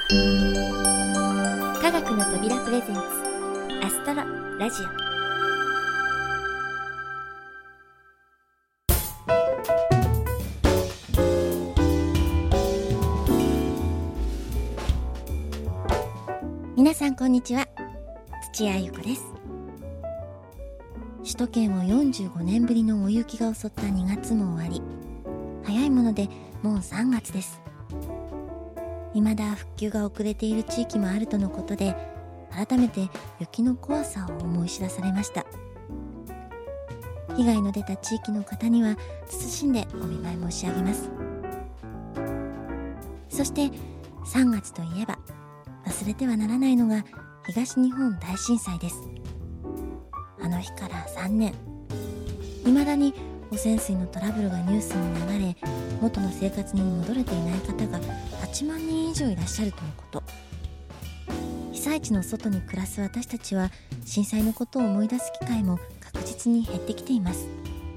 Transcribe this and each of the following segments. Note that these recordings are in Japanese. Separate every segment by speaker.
Speaker 1: 科学の扉プレゼンツアストロラジオ。皆さんこんにちは、土屋ゆ子です。首都圏を45年ぶりの大雪が襲った2月も終わり、早いものでもう3月です。未だ復旧が遅れている地域もあるとのことで、改めて雪の怖さを思い知らされました。被害の出た地域の方には謹んでお見舞い申し上げます。そして3月といえば忘れてはならないのが東日本大震災です。あの日から3年、未だに汚染水のトラブルがニュースに流れ、元の生活に戻れていない方が8万人以上いらっしゃるとのこと。被災地の外に暮らす私たちは震災のことを思い出す機会も確実に減ってきています。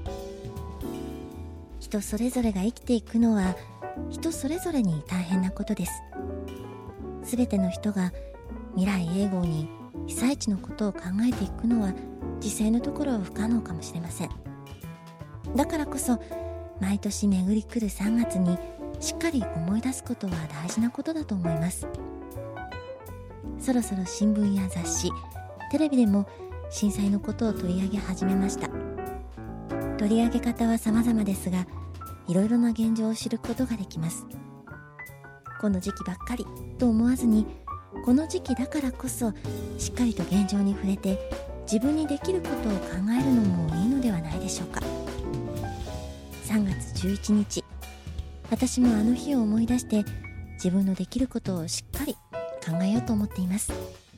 Speaker 1: 人それぞれが生きていくのは人それぞれに大変なことです。すべての人が未来永劫に被災地のことを考えていくのは実際のところは不可能かもしれません。だからこそ毎年巡り来る3月にしっかり思い出すことは大事なことだと思います。そろそろ新聞や雑誌、テレビでも震災のことを取り上げ始めました。取り上げ方は様々ですが、いろいろな現状を知ることができます。この時期ばっかりと思わずに、この時期だからこそしっかりと現状に触れて自分にできることを考えるのもいいのではないでしょうか。3月11日、私もあの日を思い出して自分のできることをしっかり考えようと思っています。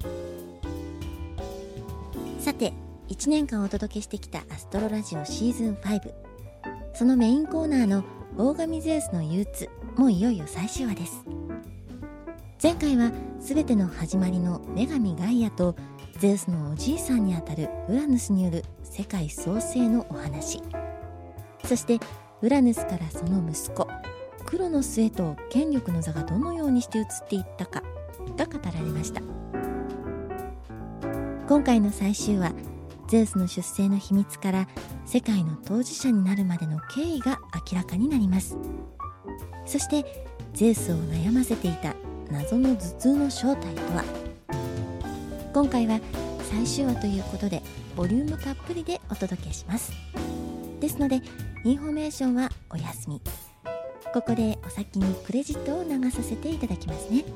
Speaker 1: さて、1年間お届けしてきたアストロラジオシーズン5、そのメインコーナーの大神ゼウスの憂鬱もいよいよ最終話です。前回は全ての始まりの女神ガイアとゼウスのおじいさんにあたるウラヌスによる世界創生のお話、そしてウラヌスからその息子クロノスへと権力の座がどのようにして移っていったかが語られました。今回の最終話、ゼウスの出生の秘密から世界の当事者になるまでの経緯が明らかになります。そしてゼウスを悩ませていた謎の頭痛の正体とは。今回は最終話ということでボリュームたっぷりでお届けします。ですのでインフォメーションはお休み。ここでお先にクレジットを流させていただきますね。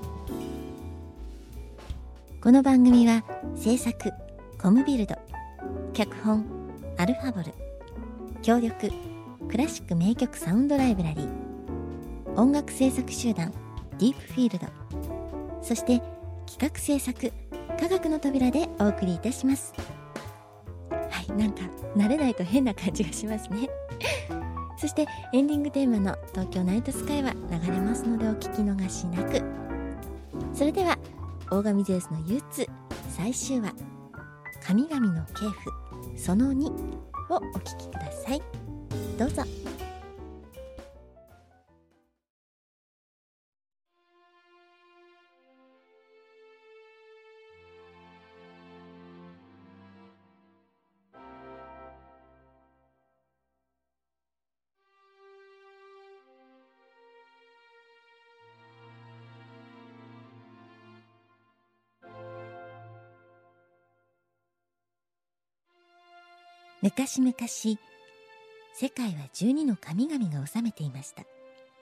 Speaker 1: この番組は制作コムビルド、脚本アルファボル、協力クラシック名曲サウンドライブラリー、音楽制作集団ディープフィールド、そして企画制作科学の扉でお送りいたします。はい、なんか慣れないと変な感じがしますね。そしてエンディングテーマの東京ナイトスカイは流れますのでお聞き逃しなく。それでは大神ゼウスの憂鬱最終話、神々の系譜その2をお聞きください。どうぞ。昔々、世界は12の神々が治めていました。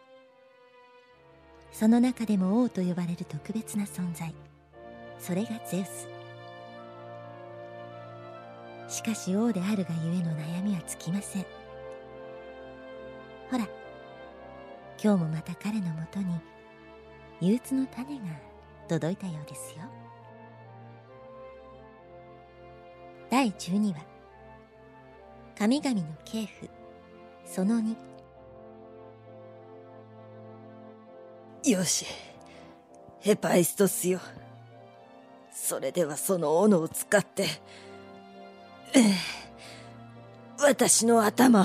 Speaker 1: その中でも王と呼ばれる特別な存在、それがゼウス。しかし王であるがゆえの悩みは尽きません。ほら、今日もまた彼のもとに憂鬱の種が届いたようですよ。第12話、神々の系譜その2。
Speaker 2: よし、ヘパイストスよ。それではその斧を使って、私の頭を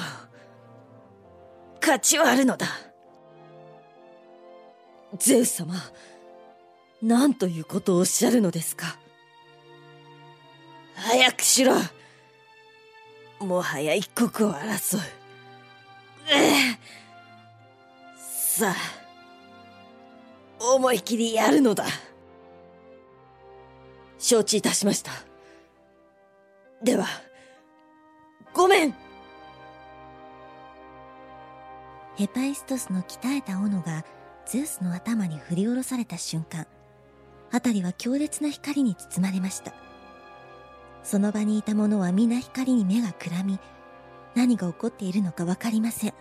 Speaker 2: かち割るのだ。ゼウス様、 何ということをおっしゃるのですか。早くしろ。もはや一刻を争う。さあ、思い切りやるのだ。承知いたしました。では、ごめん。
Speaker 1: ヘパイストスの鍛えた斧がゼウスの頭に振り下ろされた瞬間、辺りは強烈な光に包まれました。その場にいた者は皆光に目がくらみ、何が起こっているのかわかりません。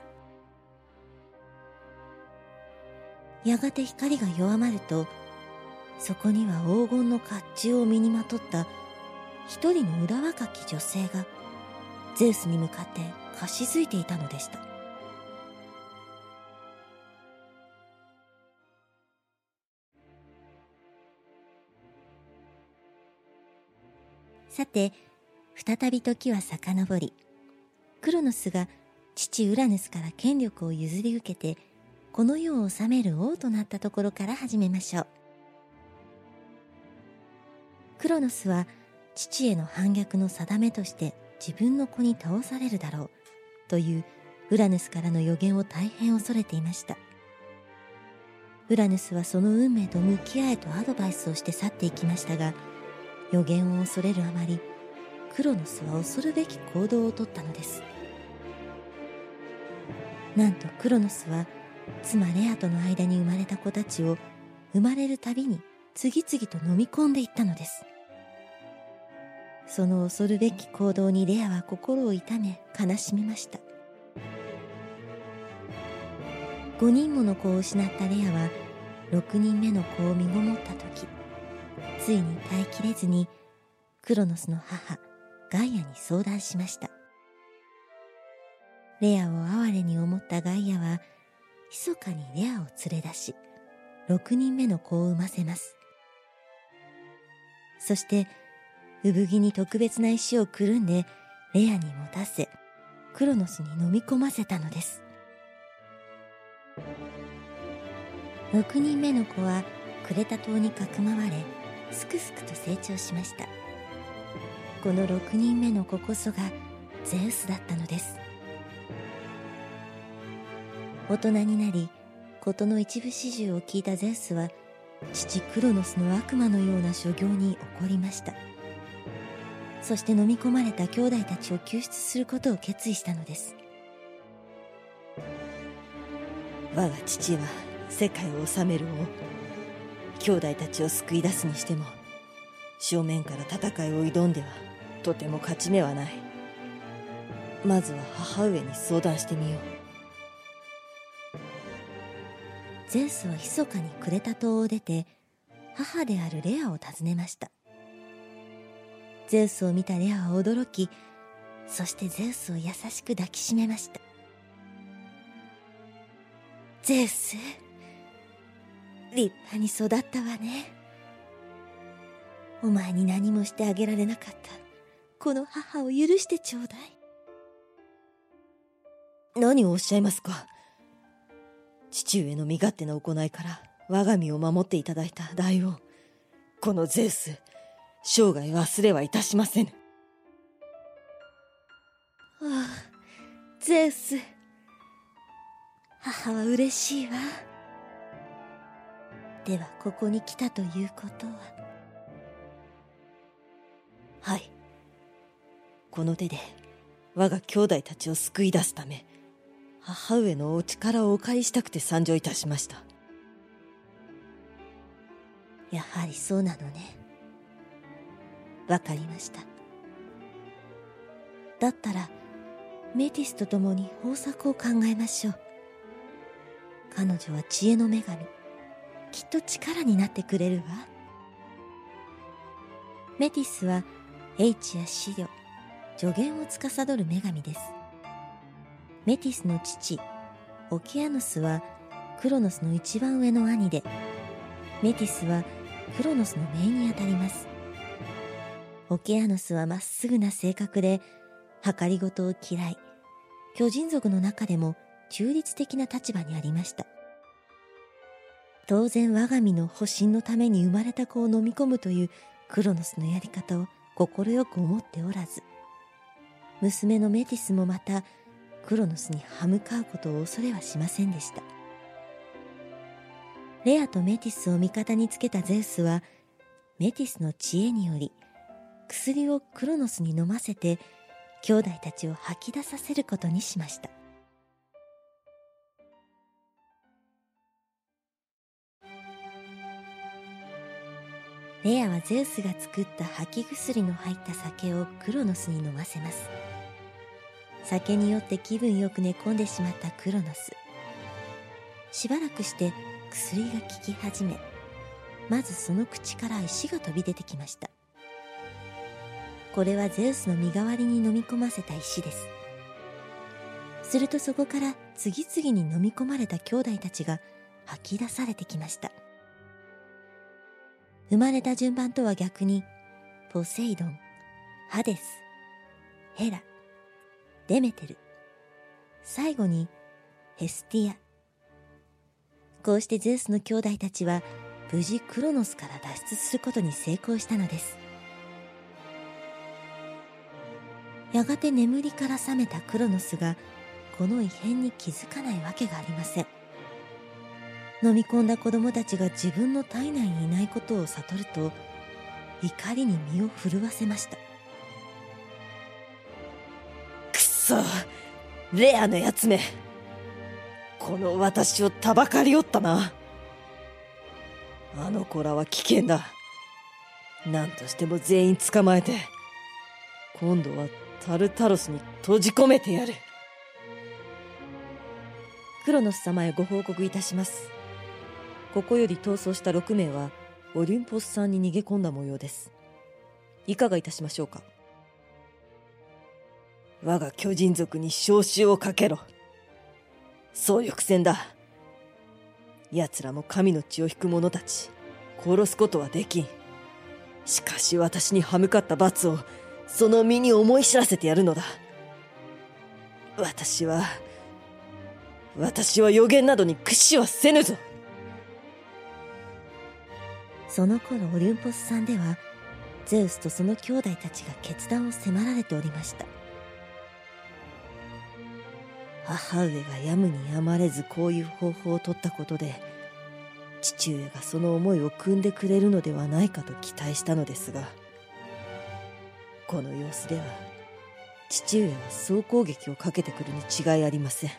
Speaker 1: やがて光が弱まると、そこには黄金の甲冑を身にまとった一人の裏若き女性がゼウスに向かってかしづいていたのでした。さて、再び時は遡り、クロノスが父ウラヌスから権力を譲り受けて、この世を治める王となったところから始めましょう。クロノスは父への反逆の定めとして自分の子に倒されるだろうというウラヌスからの予言を大変恐れていました。ウラヌスはその運命と向き合えとアドバイスをして去っていきましたが、予言を恐れるあまり、クロノスは恐るべき行動をとったのです。なんとクロノスは妻レアとの間に生まれた子たちを生まれるたびに次々と飲み込んでいったのです。その恐るべき行動にレアは心を痛め悲しみました。5人もの子を失ったレアは6人目の子を身ごもった時、ついに耐えきれずにクロノスの母ガイアに相談しました。レアを哀れに思ったガイアは密かにレアを連れ出し6人目の子を産ませます。そして産着に特別な石をくるんでレアに持たせクロノスに飲み込ませたのです。6人目の子はクレタ島にかくまわれすくすくと成長しました。この6人目の子こそがゼウスだったのです。大人になり、事の一部始終を聞いたゼウスは父クロノスの悪魔のような所業に怒りました。そして飲み込まれた兄弟たちを救出することを決意したのです。
Speaker 2: 我が父は世界を治める王。兄弟たちを救い出すにしても、正面から戦いを挑んではとても勝ち目はない。まずは母上に相談してみよう。
Speaker 1: ゼウスは密かにクレタ島を出て母であるレアを訪ねました。ゼウスを見たレアは驚き、そしてゼウスを優しく抱きしめました。ゼウス、立派に育ったわね。お前に何もしてあげられなかったこの母を許してちょうだい。
Speaker 2: 何をおっしゃいますか。父上の身勝手な行いから我が身を守っていただいた大王、このゼウス、生涯忘れはいたしませぬ。
Speaker 1: ああ、ゼウス、母は嬉しいわ。ではここに来たということは。
Speaker 2: はい。この手で我が兄弟たちを救い出すため、母上のお力をお借りしたくて参上いたしました。
Speaker 1: やはりそうなのね。わかりました。だったらメティスと共に方策を考えましょう。彼女は知恵の女神、きっと力になってくれるわ。メティスは英知や思慮、助言を司る女神です。メティスの父オケアノスはクロノスの一番上の兄で、メティスはクロノスの姪にあたります。オケアノスはまっすぐな性格で計りごとを嫌い、巨人族の中でも中立的な立場にありました。 当然我が身の保身のために生まれた子を飲み込むというクロノスのやり方を快く思っておらず、娘のメティスもまたクロノスに歯向かうことを恐れはしませんでした。レアとメティスを味方につけたゼウスは、メティスの知恵により薬をクロノスに飲ませて兄弟たちを吐き出させることにしました。レアはゼウスが作った吐き薬の入った酒をクロノスに飲ませます。酒によって気分よく寝込んでしまったクロノス。しばらくして薬が効き始め、まずその口から石が飛び出てきました。これはゼウスの身代わりに飲み込ませた石です。するとそこから次々に飲み込まれた兄弟たちが吐き出されてきました。生まれた順番とは逆に、ポセイドン、ハデス、ヘラ、デメテル、最後にヘスティア。こうしてゼウスの兄弟たちは無事クロノスから脱出することに成功したのです。やがて眠りから覚めたクロノスがこの異変に気づかないわけがありません。飲み込んだ子供たちが自分の体内にいないことを悟ると、怒りに身を震わせました。
Speaker 2: くそ、レアのやつめ、この私をたばかりおったな。あの子らは危険だ。何としても全員捕まえて、今度はタルタロスに閉じ込めてやる。
Speaker 1: クロノス様へご報告いたします。
Speaker 2: ここより逃走した6名はオリンポス山に逃げ込んだ模様です。いかがいたしましょうか。我が巨人族に召集をかけろ。総力戦だ。奴らも神の血を引く者たち、殺すことはできん。しかし私に歯向かった罰をその身に思い知らせてやるのだ。私は予言などに屈しはせぬぞ。
Speaker 1: その頃オリンポス山ではゼウスとその兄弟たちが決断を迫られておりました。
Speaker 2: 母上がやむにやまれずこういう方法を取ったことで、父上がその思いを汲んでくれるのではないかと期待したのですが、この様子では父上は総攻撃をかけてくるに違いありません。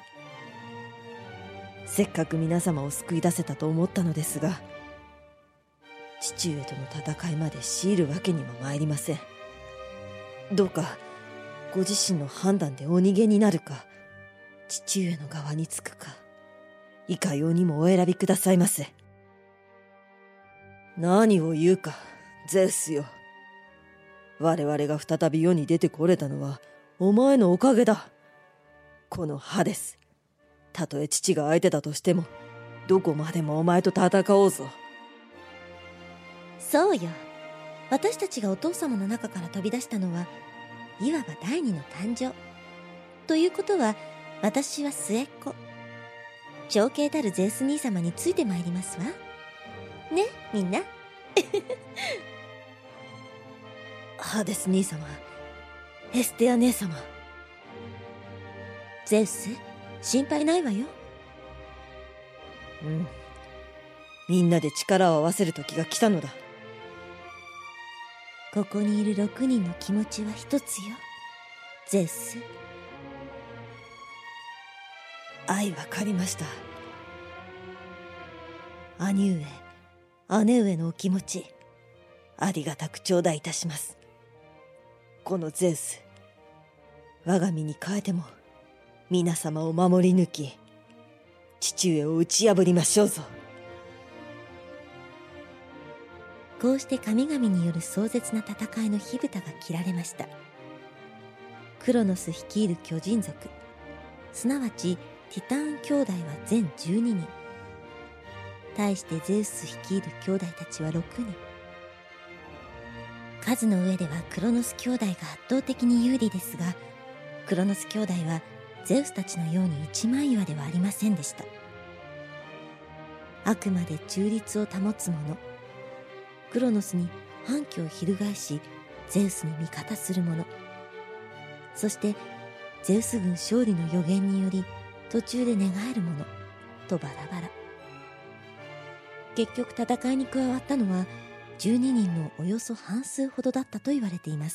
Speaker 2: せっかく皆様を救い出せたと思ったのですが、父上との戦いまで強いるわけには参りません。どうかご自身の判断でお逃げになるか、父上の側につくか、いかようにもお選びくださいませ。何を言うか、ゼウスよ。我々が再び世に出てこれたのはお前のおかげだ。このハデス、たとえ父が相手だとしても、どこまでもお前と戦おうぞ。
Speaker 1: そうよ。私たちがお父様の中から飛び出したのは、いわば第二の誕生。ということは、私は末っ子。長兄たるゼウス兄様についてまいりますわ。ね、みんな。
Speaker 2: ハデス兄様、ヘステア姉様。
Speaker 1: ゼウス、心配ないわよ。
Speaker 2: うん。みんなで力を合わせる時が来たのだ。
Speaker 1: ここにいる6人の気持ちは一つよ、ゼウス。
Speaker 2: わかりました。兄上、姉上のお気持ち、ありがたく頂戴いたします。このゼウス、我が身に変えても皆様を守り抜き、父上を打ち破りましょうぞ。
Speaker 1: こうして神々による壮絶な戦いの火蓋が切られました。クロノス率いる巨人族、すなわちティターン兄弟は全12人。対してゼウス率いる兄弟たちは6人。数の上ではクロノス兄弟が圧倒的に有利ですが、クロノス兄弟はゼウスたちのように一枚岩ではありませんでした。 あくまで中立を保つ者、クロノスに反旗を翻しゼウスに味方する者、そしてゼウス軍勝利の予言により途中で寝返る者とバラバラ。結局戦いに加わったのは12人のおよそ半数ほどだったと言われています。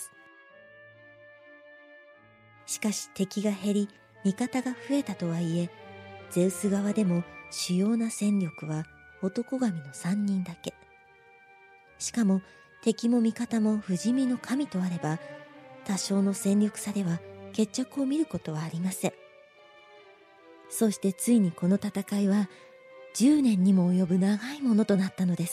Speaker 1: しかし敵が減り味方が増えたとはいえ、ゼウス側でも主要な戦力は男神の3人だけ。しかも敵も味方も不死身の神とあれば、多少の戦力差では決着を見ることはありません。そしてついにこの戦いは10年にも及ぶ長いものとなったのです。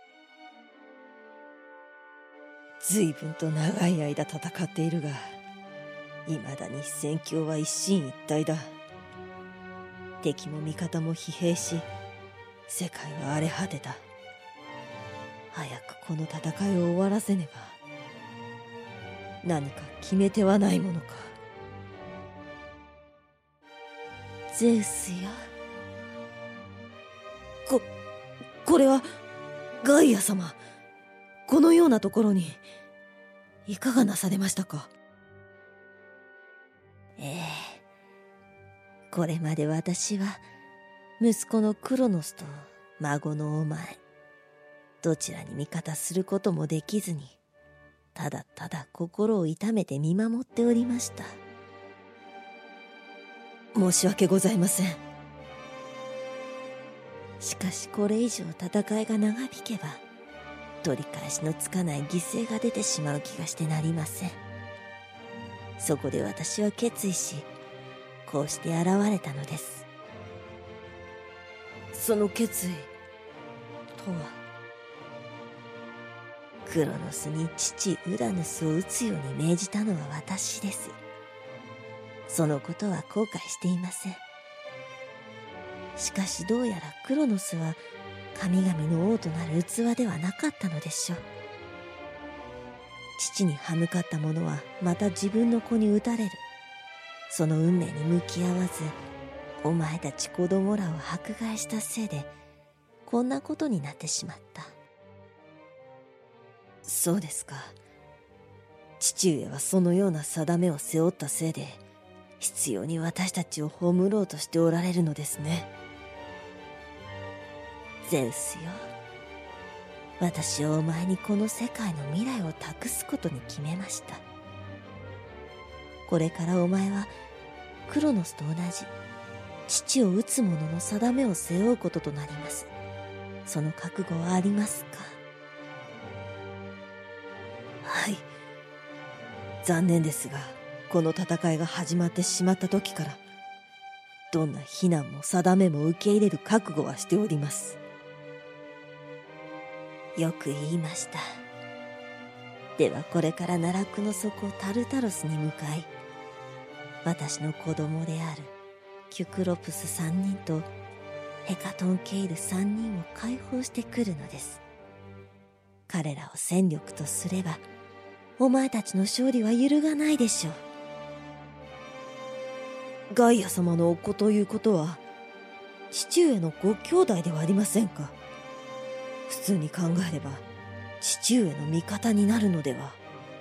Speaker 2: 随分と長い間戦っているが、未だに戦況は一進一退だ。敵も味方も疲弊し、世界は荒れ果てた。早くこの戦いを終わらせねば。何か決め手はないものか。
Speaker 1: ゼウスよ。
Speaker 2: これはガイア様。このようなところにいかがなされましたか。
Speaker 1: これまで私は息子のクロノスと孫のお前、どちらに味方することもできずに、ただただ心を痛めて見守っておりました。
Speaker 2: 申し訳ございません。
Speaker 1: しかしこれ以上戦いが長引けば、取り返しのつかない犠牲が出てしまう気がしてなりません。そこで私は決意し、こうして現れたのです。
Speaker 2: その決意とは。
Speaker 1: クロノスに父ウラヌスを討つように命じたのは私です。そのことは後悔していません。しかしどうやらクロノスは神々の王となる器ではなかったのでしょう。父に歯向かった者はまた自分の子に討たれる。その運命に向き合わず、お前たち子供らを迫害したせいでこんなことになってしまった。
Speaker 2: そうですか。父上はそのような定めを背負ったせいで、執拗に私たちを葬ろうとしておられるのですね。
Speaker 1: ゼウスよ、私はお前にこの世界の未来を託すことに決めました。これからお前はクロノスと同じ父を討つ者の定めを背負うこととなります。その覚悟はありますか。
Speaker 2: はい。残念ですが、この戦いが始まってしまった時から、どんな非難も定めも受け入れる覚悟はしております。
Speaker 1: よく言いました。ではこれから奈落の底タルタロスに向かい、私の子供であるキュクロプス3人とヘカトンケイル3人を解放してくるのです。彼らを戦力とすれば、お前たちの勝利は揺るがないでしょう。
Speaker 2: ガイア様のお子ということは、父上のご兄弟ではありませんか。普通に考えれば、父上の味方になるのでは。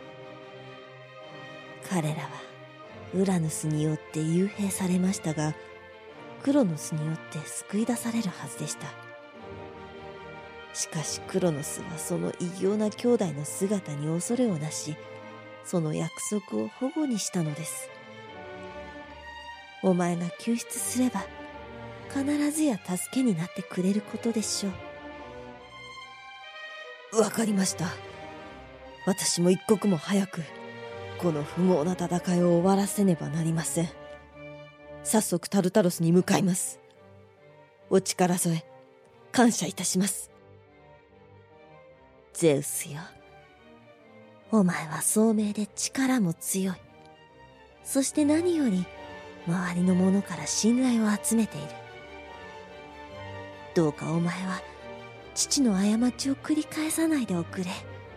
Speaker 1: 彼らはウラヌスによって幽閉されましたが、クロノスによって救い出されるはずでした。しかしクロノスはその異形な兄弟の姿に恐れをなし、その約束を反故にしたのです。お前が救出すれば必ずや助けになってくれることでしょ
Speaker 2: う。わかりました。私も一刻も早くこの不毛な戦いを終わらせねばなりません。早速タルタロスに向かいます。お力添え感謝いたします。
Speaker 1: ゼウスよ、お前は聡明で力も強い。そして何より周りの者から信頼を集めている。どうかお前は父の過ちを繰り返さないでおくれ。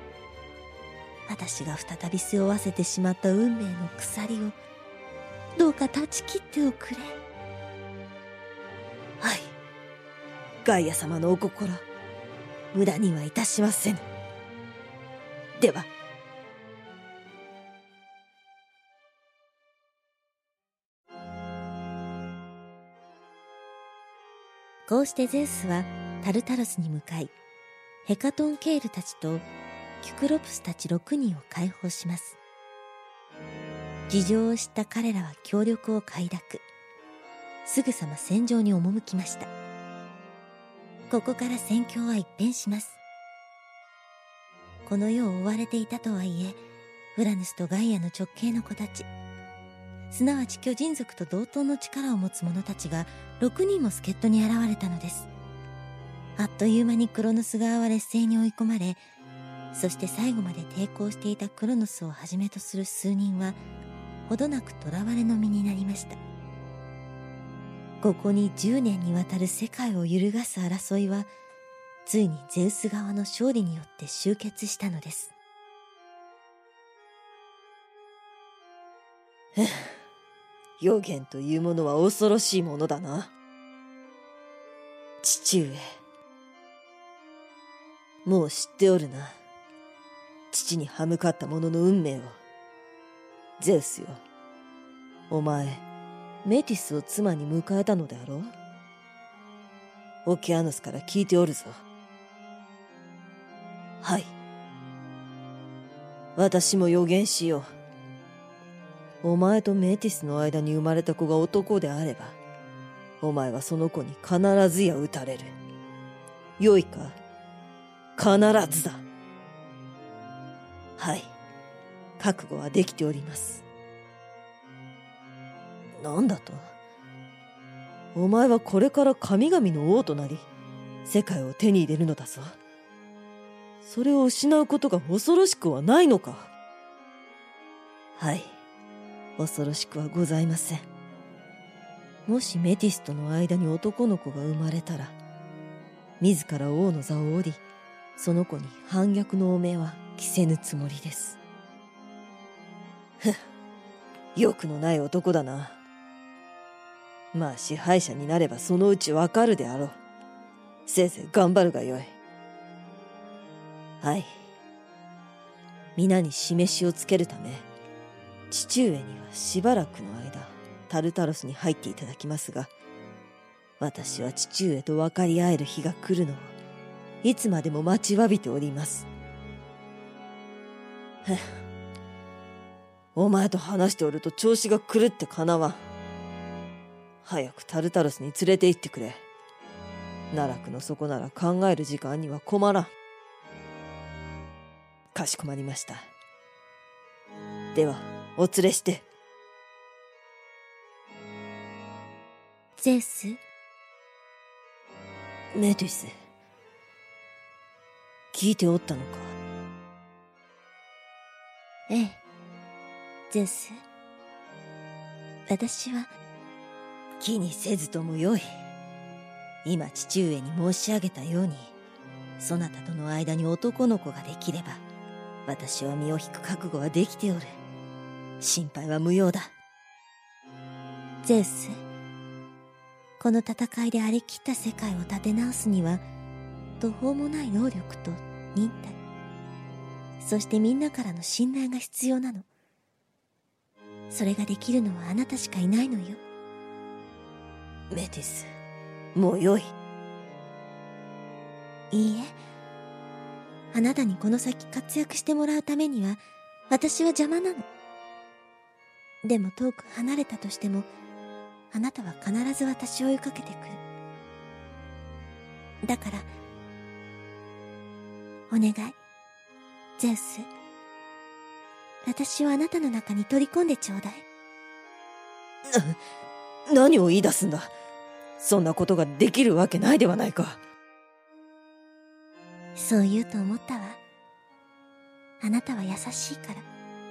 Speaker 1: 私が再び背負わせてしまった運命の鎖をどうか断ち切っておくれ。
Speaker 2: はい、 ガイア様のお心、無駄にはいたしませぬ。では。
Speaker 1: こうしてゼウスはタルタロスに向かい、ヘカトンケールたちとキュクロプスたち6人を解放します。事情を知った彼らは協力を快諾。すぐさま戦場に赴きました。ここから戦況は一変します。この世を追われていたとはいえ、ウラヌスとガイアの直系の子たち、すなわち巨人族と同等の力を持つ者たちが6人も助っ人に現れたのです。あっという間にクロノス側は劣勢に追い込まれ、そして最後まで抵抗していたクロノスをはじめとする数人はほどなく囚われの身になりました。ここに10年にわたる世界を揺るがす争いは、ついにゼウス側の勝利によって終結したのです。
Speaker 2: 予言というものは恐ろしいものだな。父上、もう知っておるな。父に歯向かった者の運命を。ゼウスよ、お前メティスを妻に迎えたのであろう。オケアノスから聞いておるぞ。はい、私も予言しよう。お前とメティスの間に生まれた子が男であれば、お前はその子に必ずや撃たれる。よいか、必ずだ。はい、覚悟はできております。なんだと？お前はこれから神々の王となり、世界を手に入れるのだぞ。それを失うことが恐ろしくはないのか？はい、恐ろしくはございません。もしメティスとの間に男の子が生まれたら、自ら王の座を降り、その子に反逆の汚名は着せぬつもりです。欲のない男だな。まあ支配者になればそのうちわかるであろう。せいぜい頑張るがよい。はい、皆に示しをつけるため、父上にはしばらくの間タルタロスに入っていただきますが、私は父上と分かり合える日が来るのをいつまでも待ちわびております。お前と話しておると調子が狂ってかなわん。早くタルタロスに連れて行ってくれ。奈落の底なら考える時間には困らん。かしこまりました。ではお連れして。
Speaker 1: ゼウス？
Speaker 2: メティス、聞いておったのか？
Speaker 1: ええ、ゼウス。私は
Speaker 2: 気にせずともよい。今父上に申し上げたように、そなたとの間に男の子ができれば、私は身を引く覚悟はできておる。心配は無用だ。
Speaker 1: ゼウス、この戦いで荒れ切った世界を立て直すには、途方もない能力と忍耐、そしてみんなからの信頼が必要なの。それができるのはあなたしかいないのよ。
Speaker 2: メティス、もうよい。
Speaker 1: いいえ、あなたにこの先活躍してもらうためには私は邪魔なの。でも遠く離れたとしても、あなたは必ず私を追いかけてくる。だからお願い、ゼウス、私をあなたの中に取り込んでちょうだい。
Speaker 2: 何を言い出すんだ。そんなことができるわけないではないか。
Speaker 1: そう言うと思ったわ。あなたは優しいから。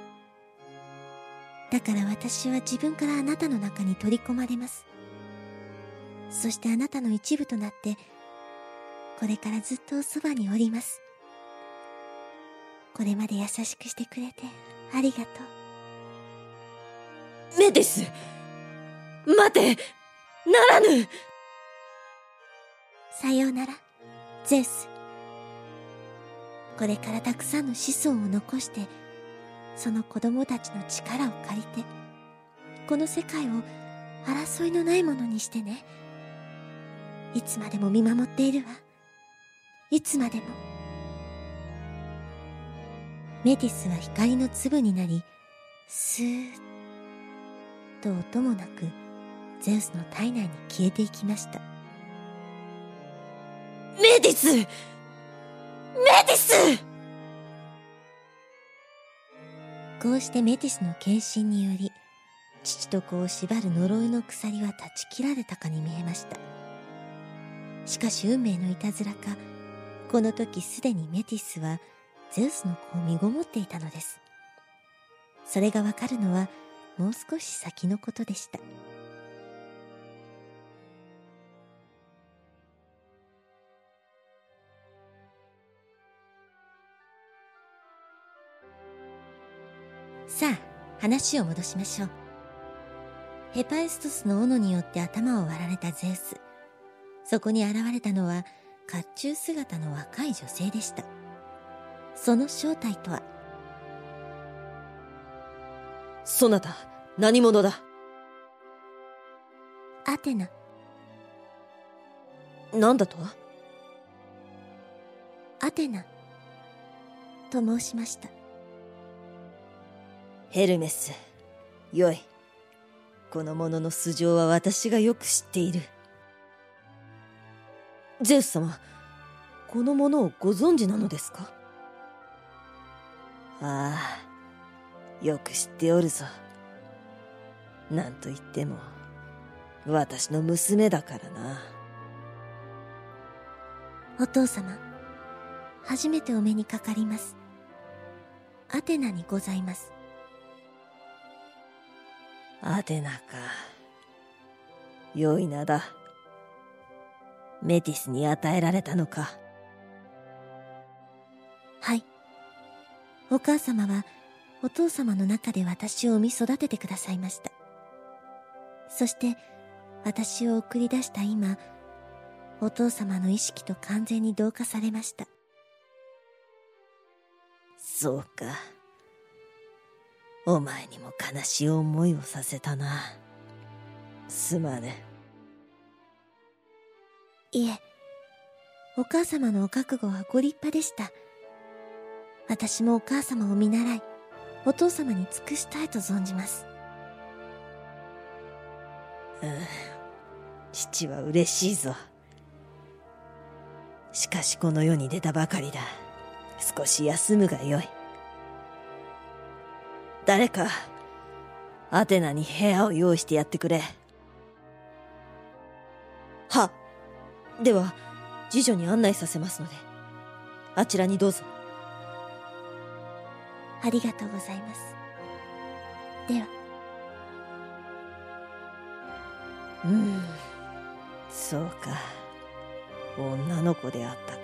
Speaker 1: だから私は自分からあなたの中に取り込まれます。そしてあなたの一部となって、これからずっとおそばにおります。これまで優しくしてくれてありがと
Speaker 2: う。メティス、待て、ならぬ。
Speaker 1: さようなら、ゼウス。これからたくさんの子孫を残して、その子供たちの力を借りて、この世界を争いのないものにしてね。いつまでも見守っているわ。いつまでも。メティスは光の粒になり、スーッと音もなくゼウスの体内に消えていきました。
Speaker 2: メティス！メティス！
Speaker 1: こうしてメティスの献身により、父と子を縛る呪いの鎖は断ち切られたかに見えました。しかし運命のいたずらか、この時すでにメティスはゼウスの子を身ごもっていたのです。それがわかるのはもう少し先のことでした。さあ、話を戻しましょう。ヘパイストスの斧によって頭を割られたゼウス。そこに現れたのは甲冑姿の若い女性でした。その正体とは。
Speaker 2: そなた、何者だ？
Speaker 1: アテナ。
Speaker 2: 何だと？
Speaker 1: アテナと申しました。
Speaker 2: ヘルメス、よい。この者の素性は私がよく知っている。ゼウス様、この者をご存知なのですか？ああ、よく知っておるぞ。なんといっても私の娘だからな。
Speaker 1: お父様、初めてお目にかかります。アテナにございます。
Speaker 2: アテナか。良い名だ。メティスに与えられたのか。
Speaker 1: はい。お母様はお父様の中で私を産み育ててくださいました。そして私を送り出した今、お父様の意識と完全に同化されました。
Speaker 2: そうか。お前にも悲しい思いをさせたな。すまね。
Speaker 1: いえ、お母様のお覚悟はご立派でした。私もお母様を見習い、お父様に尽くしたいと存じます。
Speaker 2: 父は嬉しいぞ。しかしこの世に出たばかりだ。少し休むがよい。誰かアテナに部屋を用意してやってくれ。は、では次女に案内させますので、あちらにどうぞ。
Speaker 1: ありがとうございます。では。
Speaker 2: そうか。女の子であったか。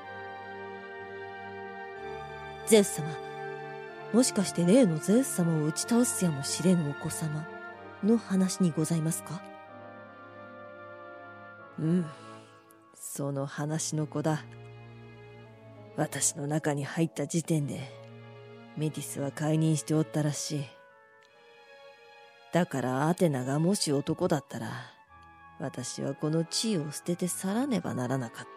Speaker 2: ゼウス様、もしかして例のゼウス様を打ち倒すやもしれぬお子様の話にございますか？その話の子だ。私の中に入った時点でメティスは解任しておったらしい。だからアテナがもし男だったら、私はこの地位を捨てて去らねばならなかった。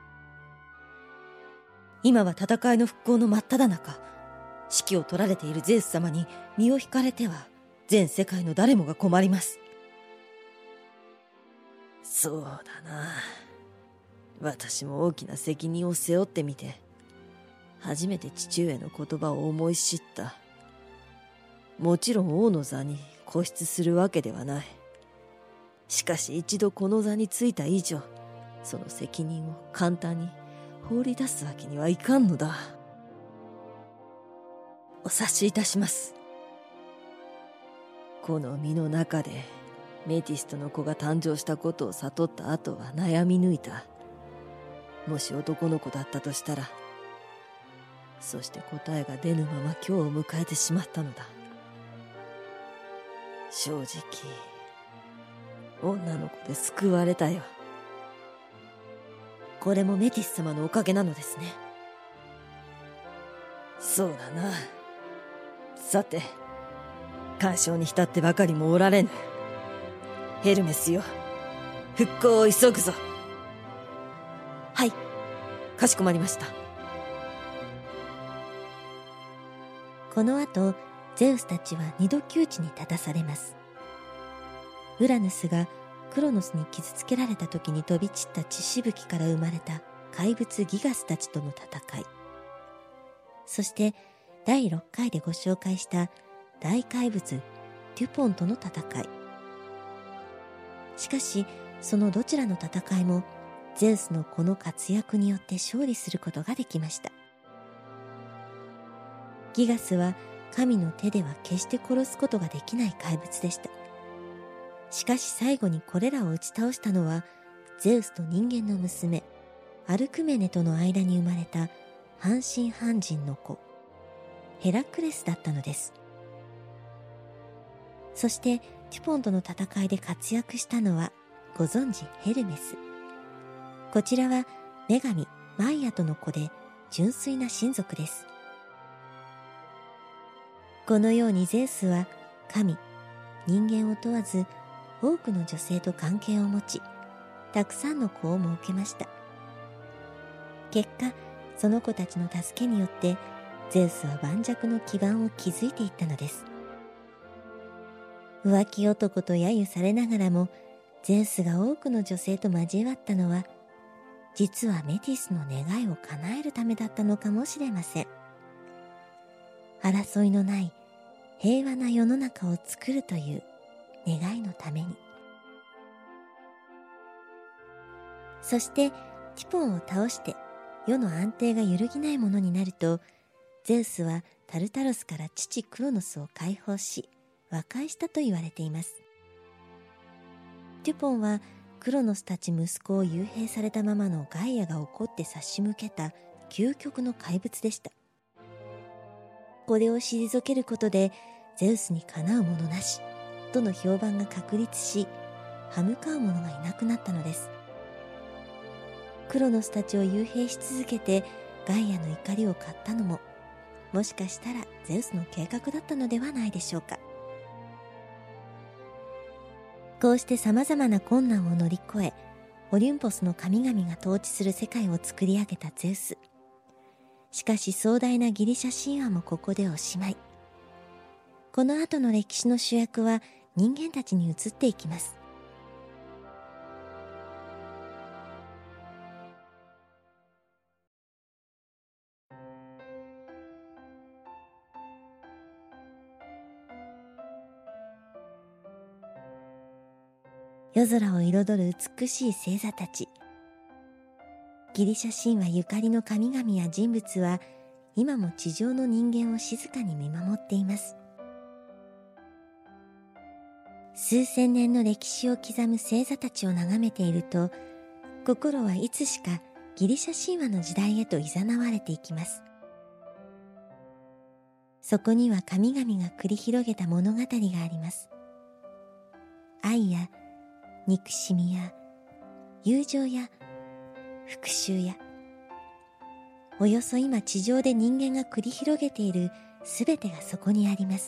Speaker 2: 今は戦いの復興の真っ只中。指揮を取られているゼウス様に身を引かれては全世界の誰もが困ります。そうだな。私も大きな責任を背負ってみて、初めて父上の言葉を思い知った。もちろん王の座に固執するわけではない。しかし一度この座についた以上、その責任を簡単に放り出すわけにはいかんのだ。お察しいたします。この身の中でメティストの子が誕生したことを悟った後は悩み抜いた。もし男の子だったとしたら、そして答えが出ぬまま今日を迎えてしまったのだ。正直女の子で救われたよ。 これもメティス様のおかげなのですね。そうだな。さて、感傷に浸ってばかりもおられぬ。ヘルメスよ、復興を急ぐぞ。はい、かしこまりました。
Speaker 1: この後、ゼウスたちは二度窮地に立たされます。ウラヌスがクロノスに傷つけられた時に飛び散った血しぶきから生まれた怪物ギガスたちとの戦い、そして第6回でご紹介した大怪物デュポンとの戦い。しかしそのどちらの戦いもゼウスのこの活躍によって勝利することができました。ギガスは神の手では決して殺すことができない怪物でした。しかし最後にこれらを打ち倒したのはゼウスと人間の娘アルクメネとの間に生まれた半信半人の子ヘラクレスだったのです。そしてテュポンとの戦いで活躍したのはご存知ヘルメス。こちらは女神マイアとの子で純粋な親族です。このようにゼウスは神、人間を問わず多くの女性と関係を持ち、たくさんの子を設けました。結果、その子たちの助けによってゼウスは盤石の基盤を築いていったのです。浮気男と揶揄されながらもゼウスが多くの女性と交わったのは実はメティスの願いを叶えるためだったのかもしれません。争いのない平和な世の中を作るという願いのために。そしてティポンを倒して世の安定が揺るぎないものになると、ゼウスはタルタロスから父クロノスを解放し和解したと言われています。テュポンはクロノスたち息子を幽閉されたままのガイアが怒って差し向けた究極の怪物でした。これを退けることでゼウスにかなうものなしとの評判が確立し、歯向かう者がいなくなったのです。クロノスたちを幽閉し続けてガイアの怒りを買ったのも、もしかしたらゼウスの計画だったのではないでしょうか。こうして様々な困難を乗り越え、オリュンポスの神々が統治する世界を作り上げたゼウス。しかし壮大なギリシャ神話もここでおしまい。この後の歴史の主役は人間たちに移っていきます。夜空を彩る美しい星座たち。ギリシャ神話ゆかりの神々や人物は今も地上の人間を静かに見守っています。数千年の歴史を刻む星座たちを眺めていると、心はいつしかギリシャ神話の時代へと誘われていきます。そこには神々が繰り広げた物語があります。愛や憎しみや友情や復讐や、およそ今地上で人間が繰り広げているすべてがそこにあります。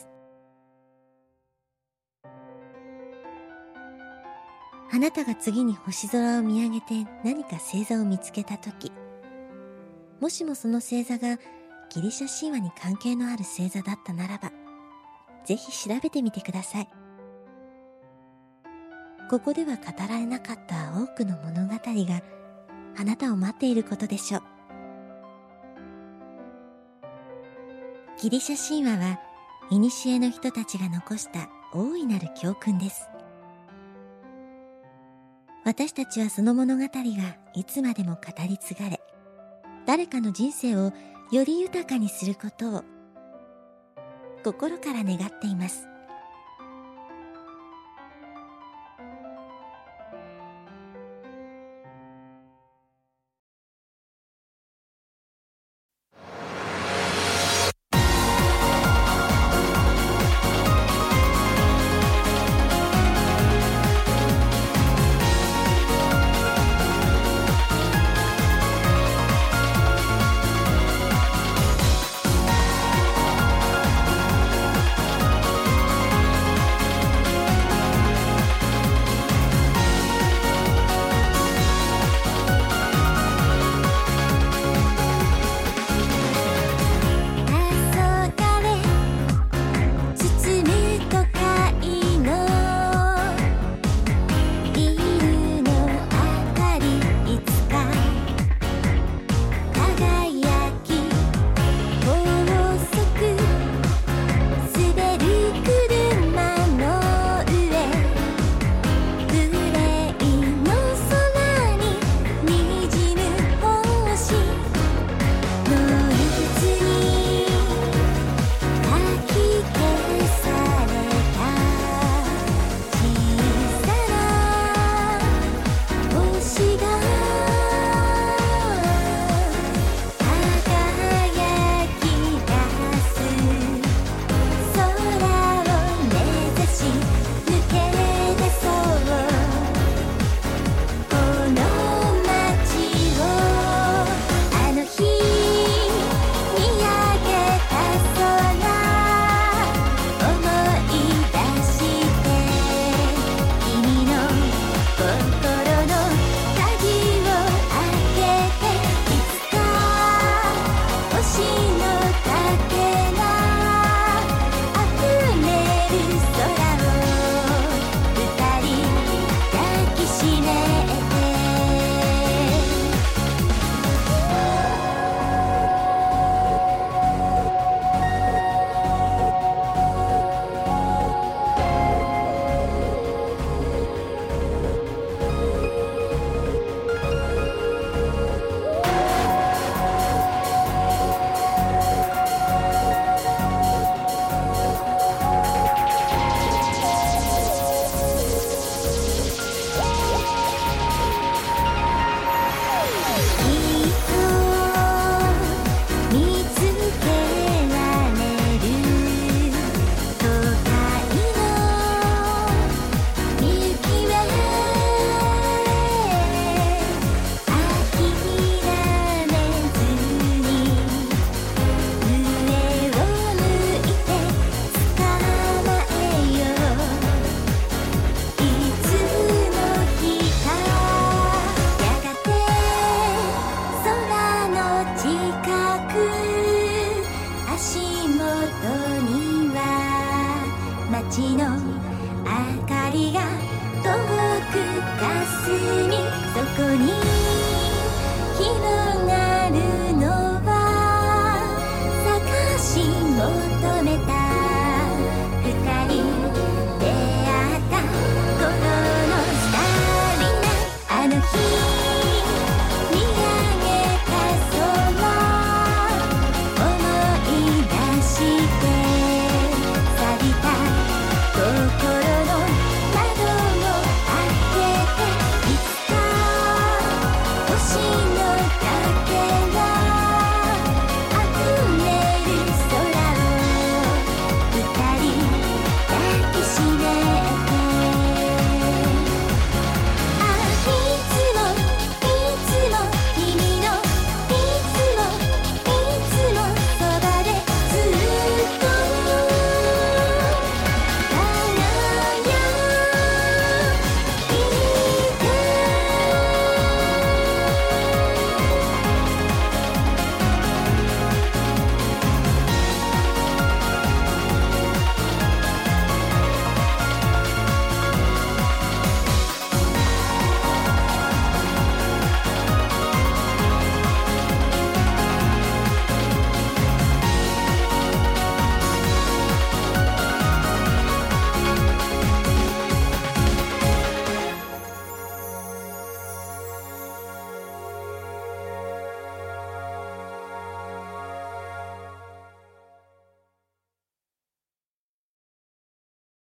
Speaker 1: あなたが次に星空を見上げて何か星座を見つけたとき、もしもその星座がギリシャ神話に関係のある星座だったならば、ぜひ調べてみてください。ここでは語られなかった多くの物語があなたを待っていることでしょう。ギリシャ神話は古の人たちが残した大いなる教訓です。私たちはその物語がいつまでも語り継がれ、誰かの人生をより豊かにすることを心から願っています。
Speaker 3: めた